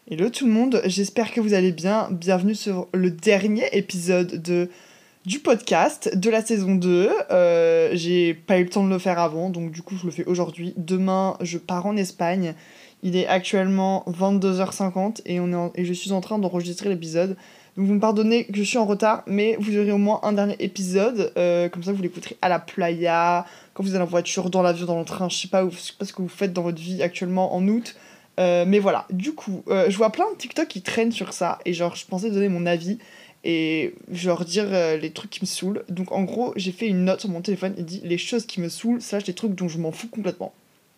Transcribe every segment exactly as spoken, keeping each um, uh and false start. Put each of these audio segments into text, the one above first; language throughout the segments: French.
Hello tout le monde, j'espère que vous allez bien. Bienvenue sur le dernier épisode de, du podcast de la saison deux. Euh, j'ai pas eu le temps de le faire avant, donc du coup je le fais aujourd'hui. Demain, je pars en Espagne. Il est actuellement vingt-deux heures cinquante et, on est en- et je suis en train d'enregistrer l'épisode. Donc vous me pardonnez que je suis en retard, mais vous aurez au moins un dernier épisode. Euh, comme ça vous l'écouterez à la playa, quand vous êtes en voiture, dans l'avion, dans le train. Je sais pas, où- je sais pas ce que vous faites dans votre vie actuellement en août. Euh, mais voilà, du coup, euh, je vois plein de TikTok qui traînent sur ça, et genre, je pensais donner mon avis, et genre dire euh, les trucs qui me saoulent. Donc en gros, j'ai fait une note sur mon téléphone, et dit les choses qui me saoulent, slash les trucs dont je m'en fous complètement.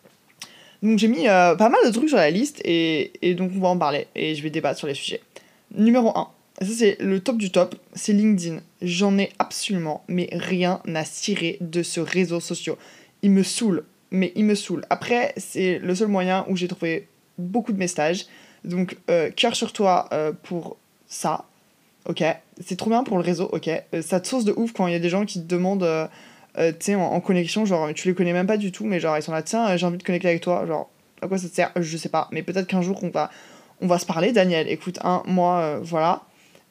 Donc j'ai mis euh, pas mal de trucs sur la liste, et, et donc on va en parler, et je vais débattre sur les sujets. Numéro un, ça c'est le top du top, c'est LinkedIn. J'en ai absolument, mais rien à cirer de ce réseau social. Il me saoule, mais il me saoule. Après, c'est le seul moyen où j'ai trouvé beaucoup de messages. Donc, euh, cœur sur toi euh, pour ça, ok. C'est trop bien pour le réseau, ok. Euh, ça te sauce de ouf quand il y a des gens qui te demandent, euh, euh, tu sais, en, en connexion, genre, tu les connais même pas du tout, mais genre, ils sont là, tiens, euh, j'ai envie de connecter avec toi, genre, à quoi ça te sert? Je sais pas, mais peut-être qu'un jour, on va, on va se parler, Daniel. Écoute, hein, moi, euh, voilà.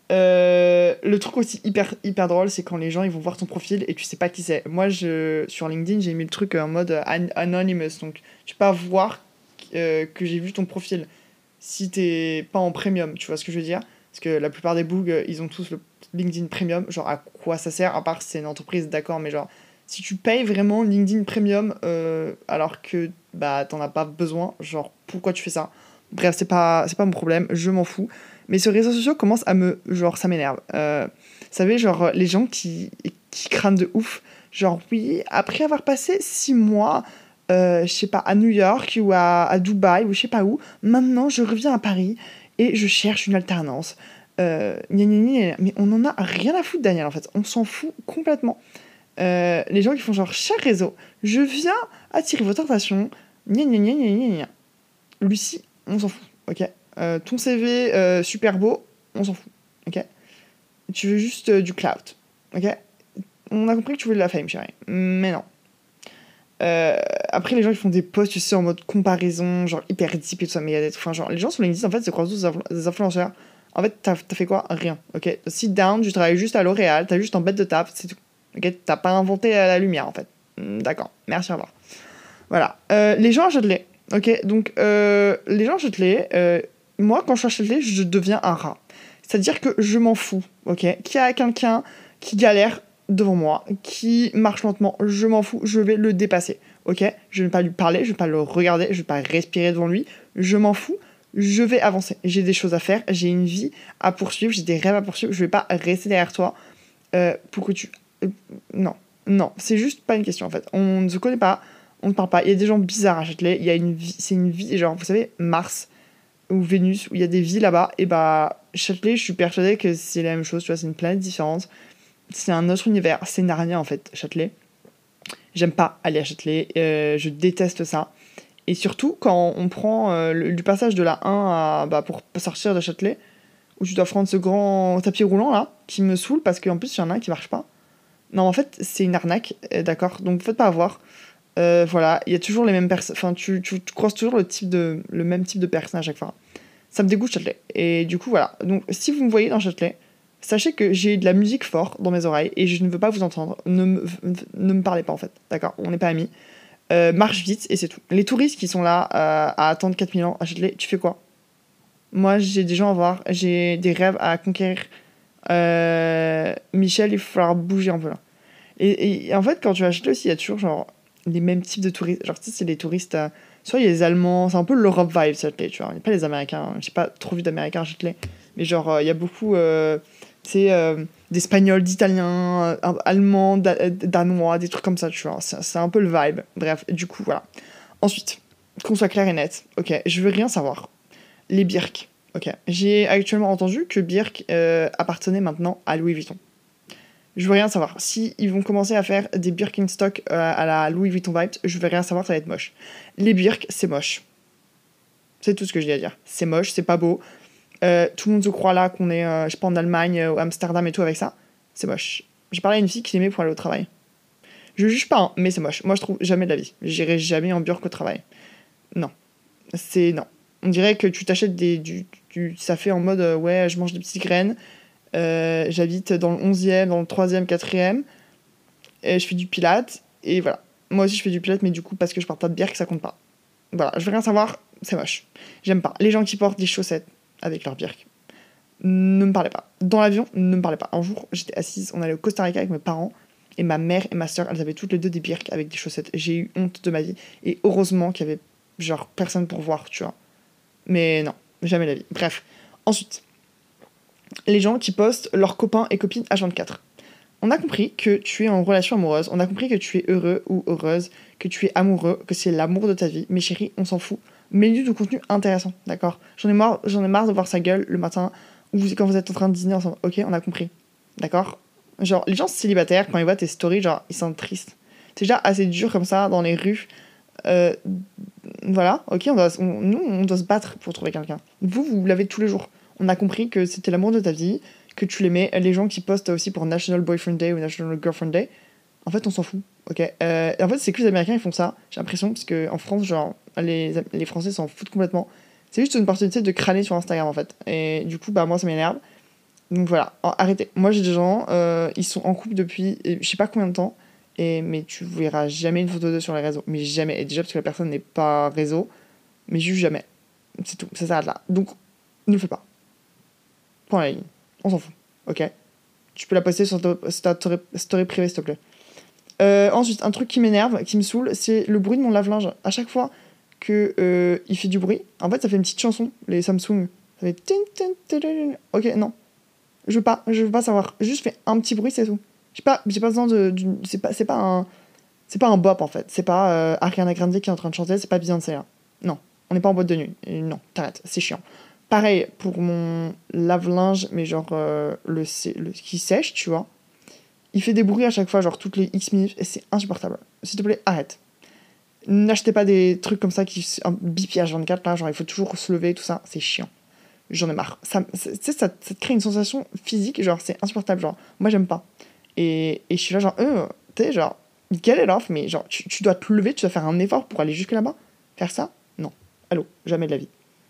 Euh, le truc aussi hyper, hyper drôle, c'est quand les gens ils vont voir ton profil et tu sais pas qui c'est. Moi, je, sur LinkedIn, j'ai mis le truc en mode an- anonymous, donc tu peux pas voir euh, que j'ai vu ton profil si t'es pas en premium, tu vois ce que je veux dire? Parce que la plupart des bugs, euh, ils ont tous le LinkedIn premium. Genre, à quoi ça sert? À part si c'est une entreprise, d'accord, mais genre, si tu payes vraiment LinkedIn premium euh, alors que bah t'en as pas besoin, genre, pourquoi tu fais ça? Bref, c'est pas, c'est pas mon problème, je m'en fous. Mais ce réseau social commence à me. Genre, ça m'énerve. Euh, vous savez, genre, les gens qui, qui crânent de ouf. Genre, oui, après avoir passé six mois, euh, je sais pas, à New York ou à, à Dubaï ou je sais pas où, maintenant je reviens à Paris et je cherche une alternance. Euh, gna gna gna gna. Mais on en a rien à foutre, Daniel, en fait. On s'en fout complètement. Euh, les gens qui font genre, cher réseau, je viens attirer votre attention. Gna gna gna gna gna gna. Lucie, on s'en fout, ok. Euh, ton C V euh, super beau, on s'en fout, ok. Tu veux juste euh, du clout, ok. On a compris que tu voulais de la fame, chérie, mais non. Euh, après, les gens ils font des posts, tu sais, en mode comparaison, genre hyper deep et tout ça, mais il y a des trucs, enfin, genre, les gens sur LinkedIn, en fait, c'est croisent tous des, influ- des influenceurs. En fait, t'as, t'as fait quoi? Rien, ok. Sit down, tu travailles juste à L'Oréal, t'as juste en bête de taf, c'est tout. Ok, t'as pas inventé euh, la lumière, en fait. Hmm, d'accord, merci, au revoir. Voilà. Euh, les gens à Châtelet. Ok, donc euh, les gens à Châtelet, euh, moi quand je suis à Châtelet, je deviens un rat. C'est-à-dire que je m'en fous, ok. Qu'il y a quelqu'un qui galère devant moi, qui marche lentement, je m'en fous, je vais le dépasser, ok. Je ne vais pas lui parler, je ne vais pas le regarder, je ne vais pas respirer devant lui, je m'en fous, je vais avancer. J'ai des choses à faire, j'ai une vie à poursuivre, j'ai des rêves à poursuivre, je vais pas rester derrière toi euh, pour que tu... euh, non, non, c'est juste pas une question en fait. On ne se connaît pas, on ne parle pas. Il y a des gens bizarres à Châtelet, il y a une vie, c'est une vie, genre, vous savez, Mars ou Vénus, où il y a des vies là-bas, et bah, Châtelet, je suis persuadée que c'est la même chose, tu vois, c'est une planète différente. C'est un autre univers, c'est Narnia en fait, Châtelet. J'aime pas aller à Châtelet, euh, je déteste ça. Et surtout, quand on prend euh, le, du passage de la un à, bah, pour sortir de Châtelet, où tu dois prendre ce grand tapis roulant là, qui me saoule parce qu'en plus il y en a un qui marche pas. Non, en fait, c'est une arnaque, euh, d'accord, donc faites pas avoir. Euh, voilà, il y a toujours les mêmes personnes, enfin, tu, tu, tu croises toujours le, type de, le même type de personne à chaque fois. Ça me dégoûte Châtelet. Et du coup, voilà. Donc, si vous me voyez dans Châtelet, sachez que j'ai de la musique fort dans mes oreilles et je ne veux pas vous entendre. Ne me, ne me parlez pas, en fait, d'accord. On n'est pas amis. Euh, marche vite et c'est tout. Les touristes qui sont là euh, à attendre quatre mille ans à Châtelet, tu fais quoi? Moi, j'ai des gens à voir, j'ai des rêves à conquérir. Euh, Michel, il va falloir bouger un peu là. Et, et en fait, quand tu vas à Châtelet aussi, il y a toujours genre les mêmes types de touristes. Genre, tu sais, c'est les touristes. Euh, soit il y a les Allemands, c'est un peu l'Europe vibe, Châtelet, tu vois. Il n'y a pas les Américains. J'ai pas trop vu d'Américains à Châtelet. Mais genre, euh, il y a beaucoup, euh, tu sais, euh, d'Espagnols, d'Italiens, euh, Allemands, da- Danois, des trucs comme ça, tu vois. C'est, c'est un peu le vibe. Bref, du coup, voilà. Ensuite, qu'on soit clair et net, ok, je veux rien savoir. Les Birk, ok. J'ai actuellement entendu que Birk euh, appartenait maintenant à Louis Vuitton. Je veux rien savoir. Si ils vont commencer à faire des Birkenstock euh, à la Louis Vuitton vibes, je veux rien savoir, ça va être moche. Les Birk, c'est moche. C'est tout ce que j'ai à dire. C'est moche, c'est pas beau. Euh, tout le monde se croit là qu'on est, euh, je sais pas, en Allemagne, euh, Amsterdam et tout avec ça. C'est moche. J'ai parlé à une fille qui l'aimait pour aller au travail. Je juge pas, hein, mais c'est moche. Moi, je trouve jamais de la vie. J'irai jamais en Birk au travail. Non. C'est non. On dirait que tu t'achètes des, du, Tu, ça fait en mode, euh, ouais, je mange des petites graines, euh, j'habite dans le onzième, dans le troisième, quatrième, et je fais du pilates, et voilà. Moi aussi, je fais du pilates, mais du coup, parce que je porte pas de bière, que ça compte pas. Voilà, je veux rien savoir, c'est moche. J'aime pas. Les gens qui portent des chaussettes avec leur birk, ne me parlez pas. Dans l'avion, ne me parlez pas. Un jour, j'étais assise, on allait au Costa Rica avec mes parents, et ma mère et ma soeur, elles avaient toutes les deux des birks avec des chaussettes. J'ai eu honte de ma vie, et heureusement qu'il y avait, genre, personne pour voir, tu vois. Mais non, jamais la vie. Bref. Ensuite, les gens qui postent leurs copains et copines H vingt-quatre. On a compris que tu es en relation amoureuse, on a compris que tu es heureux ou heureuse, que tu es amoureux, que c'est l'amour de ta vie. Mais chérie, on s'en fout. Mets-lui du contenu intéressant, d'accord ? J'en ai marre, j'en ai marre de voir sa gueule le matin, ou quand vous êtes en train de dîner ensemble. Ok, on a compris. D'accord ? Genre, les gens célibataires, quand ils voient tes stories, genre, ils sont tristes. C'est déjà assez dur comme ça, dans les rues. Euh, voilà, ok, on doit, on, nous, on doit se battre pour trouver quelqu'un. Vous, vous l'avez tous les jours. On a compris que c'était l'amour de ta vie, que tu l'aimais. Les gens qui postent aussi pour National Boyfriend Day ou National Girlfriend Day, en fait, on s'en fout, ok. Euh, en fait, c'est que les Américains, ils font ça, j'ai l'impression, parce qu'en France, genre, les, les Français s'en foutent complètement. C'est juste une opportunité de crâner sur Instagram, en fait. Et du coup, bah, moi, ça m'énerve. Donc voilà, arrêtez. Moi, j'ai des gens, euh, ils sont en couple depuis, je sais pas combien de temps, et, mais tu verras jamais une photo d'eux sur les réseaux. Mais jamais. Et déjà, parce que la personne n'est pas réseau, mais juste jamais. C'est tout, ça s'arrête là. Donc, ne le fais pas. Point à la ligne. On s'en fout, ok ? Tu peux la poster sur ta story, story privée, s'il te plaît. Euh, ensuite, un truc qui m'énerve, qui me saoule, c'est le bruit de mon lave-linge. À chaque fois que euh, il fait du bruit, en fait, ça fait une petite chanson, les Samsung. Ça fait... Ok, non. Je veux pas, je veux pas savoir. Juste fais un petit bruit, c'est tout. J'ai pas, j'ai pas besoin de... de c'est, pas, c'est pas un... C'est pas un bop, en fait. C'est pas euh, Ariana Grande qui est en train de chanter, c'est pas Beyoncé, là. Non. On n'est pas en boîte de nuit. Et non, t'arrêtes, c'est chiant. Pareil pour mon lave-linge, mais genre euh, le, le qui sèche, tu vois. Il fait des bruits à chaque fois, genre toutes les X minutes, et c'est insupportable. S'il te plaît, arrête. N'achetez pas des trucs comme ça qui un bip H vingt-quatre, là, genre il faut toujours se lever, tout ça, c'est chiant. J'en ai marre. Ça, tu sais, ça, ça te crée une sensation physique, genre c'est insupportable, genre moi j'aime pas. Et, et je suis là, genre, euh, tu sais, genre, get it off, mais genre tu, tu dois te lever, tu dois faire un effort pour aller jusque là-bas. Faire ça? Non. Allô, jamais de la vie.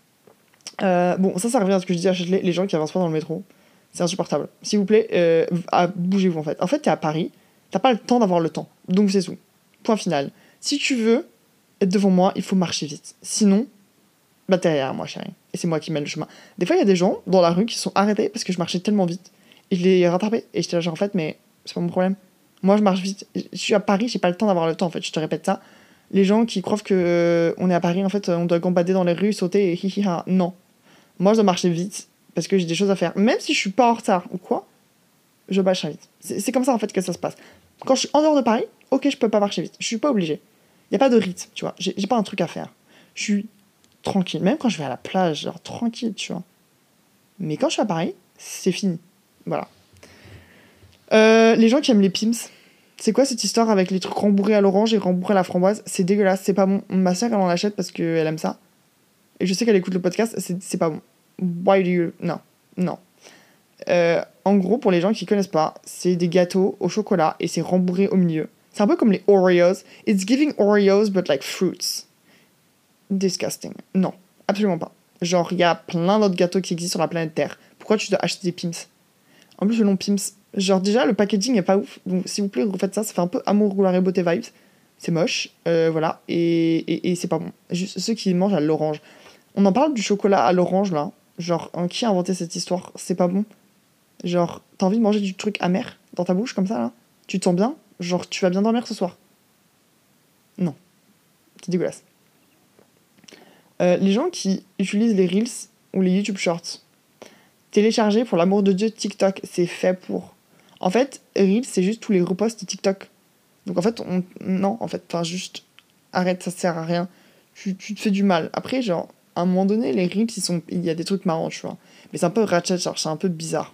Euh, bon, ça, ça revient à ce que je disais à Châtelet, les gens qui avancent pas dans le métro. C'est insupportable. S'il vous plaît, euh, à, bougez-vous en fait. En fait, t'es à Paris, t'as pas le temps d'avoir le temps. Donc c'est tout. Point final. Si tu veux être devant moi, il faut marcher vite. Sinon, bah t'es derrière moi, chérie. Et c'est moi qui mène le chemin. Des fois, il y a des gens dans la rue qui sont arrêtés parce que je marchais tellement vite. Et je les ai rattrapés. Et j'étais là, genre, en fait, mais c'est pas mon problème. Moi, je marche vite. Je suis à Paris, j'ai pas le temps d'avoir le temps, en fait. Je te répète ça. Les gens qui croient que euh, on est à Paris, en fait, on doit gambader dans les rues, sauter et hi hi ha. Non. Moi, je dois marcher vite parce que j'ai des choses à faire. Même si je suis pas en retard ou quoi, je marche vite. C'est, c'est comme ça, en fait, que ça se passe. Quand je suis en dehors de Paris, ok, je peux pas marcher vite. Je suis pas obligée. Y a pas de rythme, tu vois. J'ai, j'ai pas un truc à faire. Je suis tranquille. Même quand je vais à la plage, genre tranquille, tu vois. Mais quand je suis à Paris, c'est fini. Voilà. Euh, les gens qui aiment les Pims, c'est quoi cette histoire avec les trucs rembourrés à l'orange et rembourrés à la framboise? C'est dégueulasse, c'est pas bon. Ma soeur, elle en achète parce qu'elle aime ça. Et je sais qu'elle écoute le podcast, c'est, c'est pas bon. Why do you... Non, non. Euh, en gros, pour les gens qui connaissent pas, c'est des gâteaux au chocolat et c'est rembourré au milieu. C'est un peu comme les Oreos. It's giving Oreos, but like fruits. Disgusting. Non, absolument pas. Genre, il y a plein d'autres gâteaux qui existent sur la planète Terre. Pourquoi tu dois acheter des Pims? En plus, le nom Pims, genre déjà, le packaging est pas ouf. Donc, s'il vous plaît, refaites ça. Ça fait un peu amour, gloire et beauté vibes. C'est moche. Euh, voilà. Et, et, et c'est pas bon. Juste ceux qui mangent à l'orange. On en parle du chocolat à l'orange, là. Genre, hein, qui a inventé cette histoire? C'est pas bon. Genre, t'as envie de manger du truc amer dans ta bouche, comme ça, là? Tu te sens bien? Genre, tu vas bien dormir ce soir? Non. C'est dégueulasse. Euh, les gens qui utilisent les Reels ou les YouTube Shorts, téléchargez pour l'amour de Dieu TikTok, c'est fait pour. En fait, Reels, c'est juste tous les reposts TikTok. Donc en fait, on... non, en fait, enfin juste, arrête, ça sert à rien. Tu, tu te fais du mal. Après, genre, à un moment donné, les Reels, ils sont... il y a des trucs marrants, tu vois. Mais c'est un peu ratchet, genre, c'est un peu bizarre.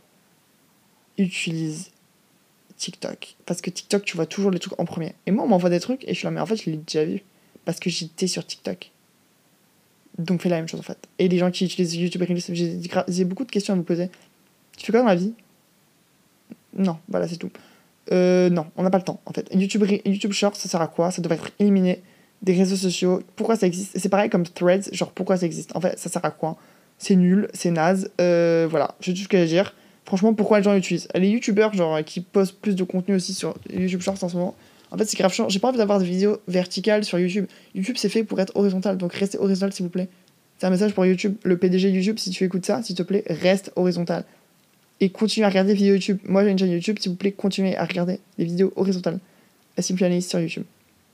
Utilise TikTok. Parce que TikTok, tu vois toujours les trucs en premier. Et moi, on m'envoie des trucs et je suis là, mais en fait, je l'ai déjà vu. Parce que j'étais sur TikTok. Donc fais la même chose en fait. Et les gens qui utilisent YouTube Reels, j'ai, j'ai beaucoup de questions à vous poser. Tu fais quoi dans la vie? Non, voilà, c'est tout. Euh, non, on n'a pas le temps en fait. YouTube, YouTube Short, ça sert à quoi? Ça devrait être éliminé des réseaux sociaux. Pourquoi ça existe? C'est pareil comme Threads, genre pourquoi ça existe? En fait, ça sert à quoi? c'est nul, c'est naze, euh, voilà, j'ai tout ce que j'ai à dire. Franchement, pourquoi les gens l'utilisent? Les youtubeurs, genre, qui postent plus de contenu aussi sur YouTube Shorts en ce moment, en fait, c'est grave chiant. J'ai pas envie d'avoir des vidéos verticales sur YouTube. YouTube, c'est fait pour être horizontal, donc restez horizontal, s'il vous plaît. C'est un message pour YouTube. Le P D G YouTube, si tu écoutes ça, s'il te plaît, reste horizontal. Et continue à regarder des vidéos YouTube. Moi, j'ai une chaîne YouTube, s'il vous plaît, continuez à regarder des vidéos horizontales. La Simple Analyse sur YouTube.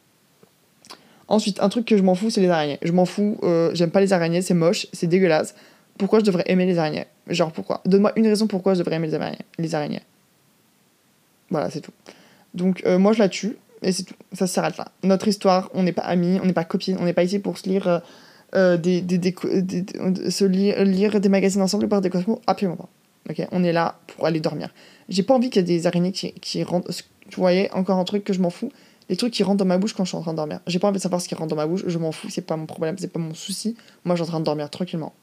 Ensuite, un truc que je m'en fous, c'est les araignées. Je m'en fous, euh, j'aime pas les araignées, c'est moche, c'est dégueulasse. Pourquoi je devrais aimer les araignées? Genre, pourquoi? Donne-moi une raison pourquoi je devrais aimer les araignées. Les araignées. Voilà, c'est tout. Donc, euh, moi, je la tue, et c'est tout. Ça s'arrête là. Notre histoire, on n'est pas amis, on n'est pas copines, on n'est pas ici pour se lire, euh, euh, des, des, des, des, des, se lire, lire des magazines ensemble et par des cosmos. Absolument pas. Ok, on est là pour aller dormir. J'ai pas envie qu'il y ait des araignées qui, qui rentrent. Tu voyais, encore un truc que je m'en fous. Les trucs qui rentrent dans ma bouche quand je suis en train de dormir. J'ai pas envie de savoir ce qui rentre dans ma bouche, je m'en fous, c'est pas mon problème, c'est pas mon souci. Moi, je suis en train de dormir tranquillement.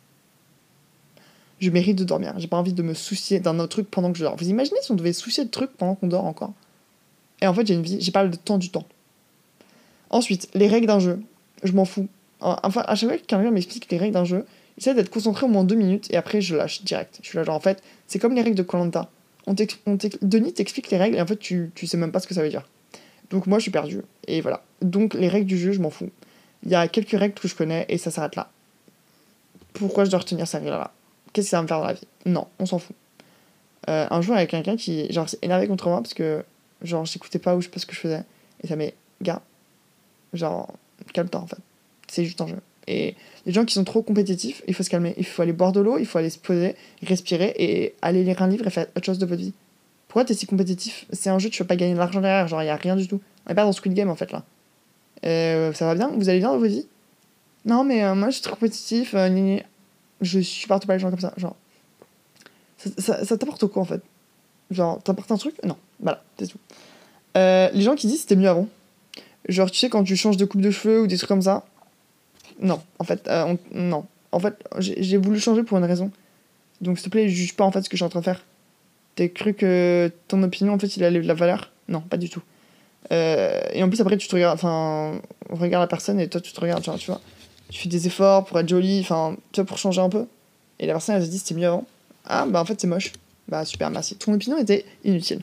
Je mérite de dormir. J'ai pas envie de me soucier d'un autre truc pendant que je dors. Vous imaginez si on devait se soucier de trucs pendant qu'on dort encore? Et en fait, j'ai une vie, j'ai pas le temps du temps. Ensuite, les règles d'un jeu. Je m'en fous. Enfin, à chaque fois que quelqu'un m'explique les règles d'un jeu, j'essaie d'être concentré au moins deux minutes et après, je lâche direct. Je suis là, genre, en fait, c'est comme les règles de koh lanta. On on Denis t'explique les règles et en fait, tu, tu sais même pas ce que ça veut dire. Donc moi, je suis perdu. Et voilà. Donc les règles du jeu, je m'en fous. Il y a quelques règles que je connais et ça s'arrête là. Pourquoi je dois retenir ces règles-là? Qu'est-ce que ça va me faire dans la vie? Non, on s'en fout. Euh, un jour, avec quelqu'un qui, genre, s'est énervé contre moi parce que, genre, j'écoutais pas ou je sais pas ce que je faisais. Et ça m'est, gars, genre, calme-toi en fait. C'est juste un jeu. Et les gens qui sont trop compétitifs, il faut se calmer. Il faut aller boire de l'eau, il faut aller se poser, respirer et aller lire un livre et faire autre chose de votre vie. Pourquoi t'es si compétitif? C'est un jeu, tu vas pas gagner de l'argent derrière, genre, y a rien du tout. On est pas dans Squid Game en fait là. Euh, ça va bien? Vous allez bien dans votre vie? Non, mais euh, moi je suis trop compétitif, euh, gna gna. Je supporte pas les gens comme ça. Genre, ça, ça, ça t'apporte quoi en fait? Genre, t'apporte un truc? Non, voilà, c'est tout. Euh, les gens qui disent c'était mieux avant. Genre, tu sais, quand tu changes de coupe de cheveux ou des trucs comme ça. Non, en fait, euh, on, non. En fait, j'ai, j'ai voulu changer pour une raison. Donc, s'il te plaît, juge pas en fait ce que je suis en train de faire. T'as cru que ton opinion en fait il allait de la valeur? Non, pas du tout. Euh, et en plus, après, tu te regardes, enfin, on regarde la personne et toi, tu te regardes, genre, tu vois. Tu fais des efforts pour être jolie, enfin, tu vois, pour changer un peu. Et la personne, elle se dit, c'était mieux avant. Ah, bah en fait, c'est moche. Bah super, merci. Ton opinion était inutile.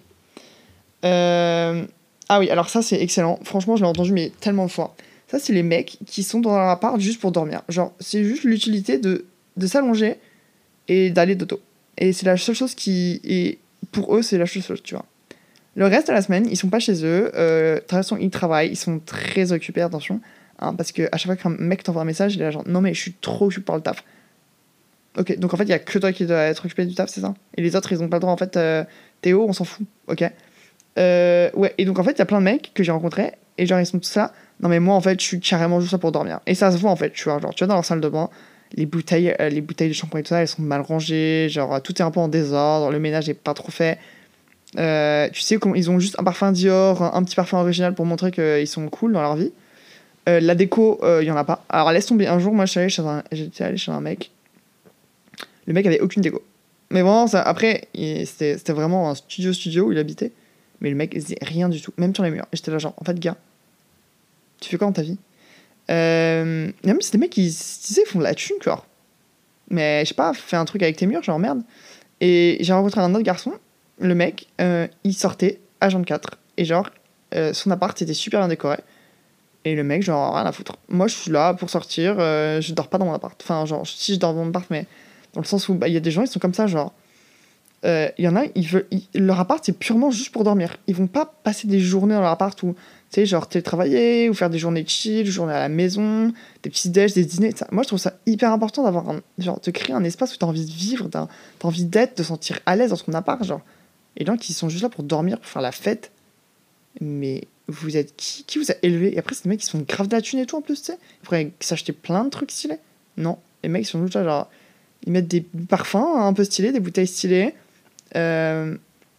Euh... Ah oui, alors ça, c'est excellent. Franchement, je l'ai entendu, mais tellement de fois. Ça, c'est les mecs qui sont dans leur appart juste pour dormir. Genre, c'est juste l'utilité de, de s'allonger et d'aller dodo. Et c'est la seule chose qui est... Pour eux, c'est la seule chose, tu vois. Le reste de la semaine, ils sont pas chez eux. Euh, de toute façon, ils travaillent. Ils sont très occupés, attention. Hein, parce qu'à chaque fois qu'un mec t'envoie un message, il est là genre, non mais je suis trop occupé par le taf. Ok, donc en fait, il y a que toi qui dois être occupé du taf, c'est ça? Et les autres, ils ont pas le droit, en fait. Euh, Théo, on s'en fout. Ok. Euh, ouais, et donc en fait, il y a plein de mecs que j'ai rencontrés. Et genre, ils sont tous là. Non mais moi, en fait, je suis carrément juste là pour dormir. Et ça se voit, en fait, tu vois. Genre, tu vois, dans leur salle de bain, les bouteilles, euh, les bouteilles de shampoing et tout ça, elles sont mal rangées. Genre, tout est un peu en désordre. Le ménage est pas trop fait. Euh, tu sais, ils ont juste un parfum Dior, un petit parfum original pour montrer qu'ils sont cool dans leur vie. Euh, la déco, il euh, y en a pas. Alors laisse tomber. Un jour, moi, j'étais allé chez un, j'étais allé chez un mec. Le mec avait aucune déco. Mais vraiment, ça, après, il, c'était, c'était vraiment un studio studio où il habitait. Mais le mec, il faisait rien du tout, même sur les murs. Et j'étais là genre, en fait, gars, tu fais quoi dans ta vie? euh, Même c'est des mecs qui, tu sais, font de la thune, genre. Mais je sais pas, fais un truc avec tes murs, genre merde. Et j'ai rencontré un autre garçon. Le mec, euh, il sortait à vingt-quatre. Et genre, euh, son appart était super bien décoré. Et le mec, genre, rien à foutre. Moi, je suis là pour sortir, euh, je dors pas dans mon appart. Enfin, genre, si je dors dans mon appart, mais dans le sens où il bah, y a des gens, ils sont comme ça, genre. Il euh, y en a, ils veulent, ils, leur appart, c'est purement juste pour dormir. Ils vont pas passer des journées dans leur appart où, tu sais, genre, télétravailler, ou faire des journées chill, des journées à la maison, des petits déj, des dîners. Ça. Moi, je trouve ça hyper important d'avoir un. Genre, de créer un espace où t'as envie de vivre, t'as, t'as envie d'être, de sentir à l'aise dans ton appart, genre. Et les gens qui sont juste là pour dormir, pour faire la fête. Mais vous êtes qui? Qui vous a élevé? Et après, c'est des mecs qui se font grave de la thune et tout en plus, tu sais. Ils pourraient s'acheter plein de trucs stylés. Non. Les mecs, ils sont juste là, genre. Ils mettent des parfums un peu stylés, des bouteilles stylées. Euh,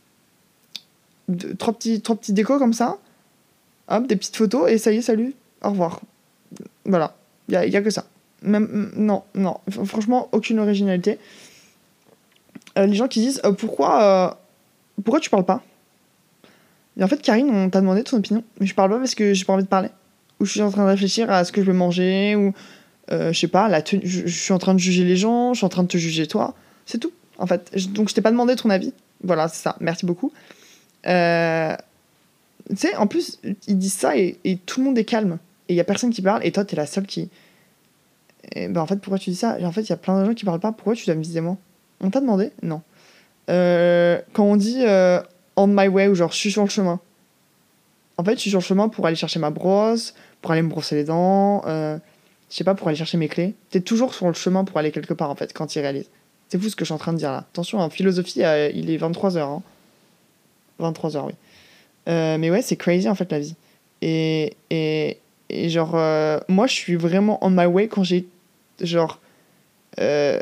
de, trois, petits, trois petits décos comme ça. Hop, des petites photos et ça y est, salut. Au revoir. Voilà. Il n'y a, y a que ça. Même, non, non. Franchement, aucune originalité. Euh, les gens qui disent euh, pourquoi, euh, pourquoi tu parles pas? Et en fait, Karine, on t'a demandé ton opinion. Mais je parle pas parce que j'ai pas envie de parler. Ou je suis en train de réfléchir à ce que je vais manger. Ou euh, je sais pas, la tenue, je, je suis en train de juger les gens, je suis en train de te juger toi, c'est tout, en fait. Je, donc je t'ai pas demandé ton avis. Voilà, c'est ça, merci beaucoup. Euh, tu sais, en plus, ils disent ça et, et tout le monde est calme. Et il y a personne qui parle, et toi, t'es la seule qui... Et ben en fait, pourquoi tu dis ça? Et en fait, il y a plein de gens qui parlent pas, pourquoi tu dois me viser moi? On t'a demandé? Non. Euh, quand on dit euh, on my way, ou genre je suis sur le chemin. En fait, je suis sur le chemin pour aller chercher ma brosse, pour aller me brosser les dents, euh, je sais pas, pour aller chercher mes clés. T'es toujours sur le chemin pour aller quelque part, en fait, quand tu réalises. C'est fou ce que je suis en train de dire là. Attention, en philosophie, euh, il est vingt-trois heures. Hein. vingt-trois heures, oui. Euh, mais ouais, c'est crazy en fait la vie. Et, et, et genre, euh, moi je suis vraiment on my way quand j'ai, genre, euh,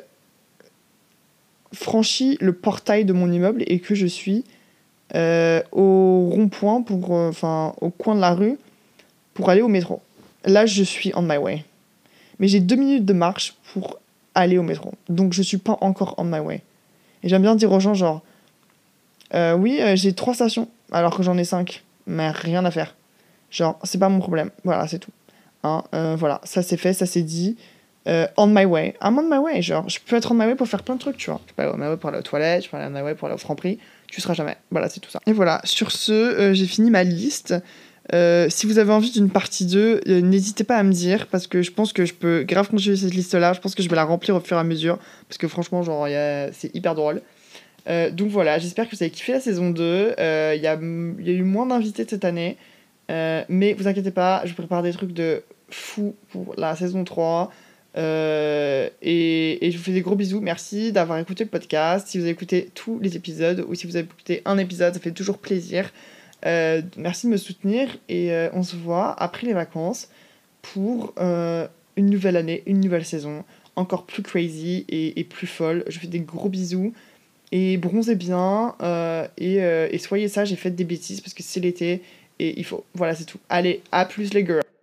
franchi le portail de mon immeuble et que je suis euh, au rond-point, pour, enfin, euh, au coin de la rue, pour aller au métro. Là, je suis on my way. Mais j'ai deux minutes de marche pour aller au métro. Donc je suis pas encore on my way. Et j'aime bien dire aux gens, genre, euh, oui, euh, j'ai trois stations, alors que j'en ai cinq. Mais rien à faire. Genre, c'est pas mon problème. Voilà, c'est tout. Hein, euh, voilà, ça c'est fait, ça c'est dit. Euh, on my way. I'm on my way. Genre, je peux être on my way pour faire plein de trucs, tu vois. Je peux aller on my way pour aller aux toilettes, je peux aller on my way pour aller au Franprix. Tu seras jamais. Voilà, c'est tout ça. Et voilà, sur ce, euh, j'ai fini ma liste. Euh, si vous avez envie d'une partie deux, euh, n'hésitez pas à me dire, parce que je pense que je peux grave continuer cette liste-là. Je pense que je vais la remplir au fur et à mesure, parce que franchement, genre, y a... c'est hyper drôle. Euh, donc voilà, j'espère que vous avez kiffé la saison deux. Il euh, y, a, y a eu moins d'invités cette année. Euh, mais vous inquiétez pas, je prépare des trucs de fou pour la saison trois. Euh, et, et je vous fais des gros bisous. Merci d'avoir écouté le podcast. Si vous avez écouté tous les épisodes ou si vous avez écouté un épisode, ça fait toujours plaisir. Euh, merci de me soutenir et euh, on se voit après les vacances pour euh, une nouvelle année, une nouvelle saison, encore plus crazy et, et plus folle. Je vous fais des gros bisous et bronzez bien euh, et, euh, et soyez sages et faites des bêtises parce que c'est l'été et il faut. Voilà, c'est tout. Allez, à plus les girls.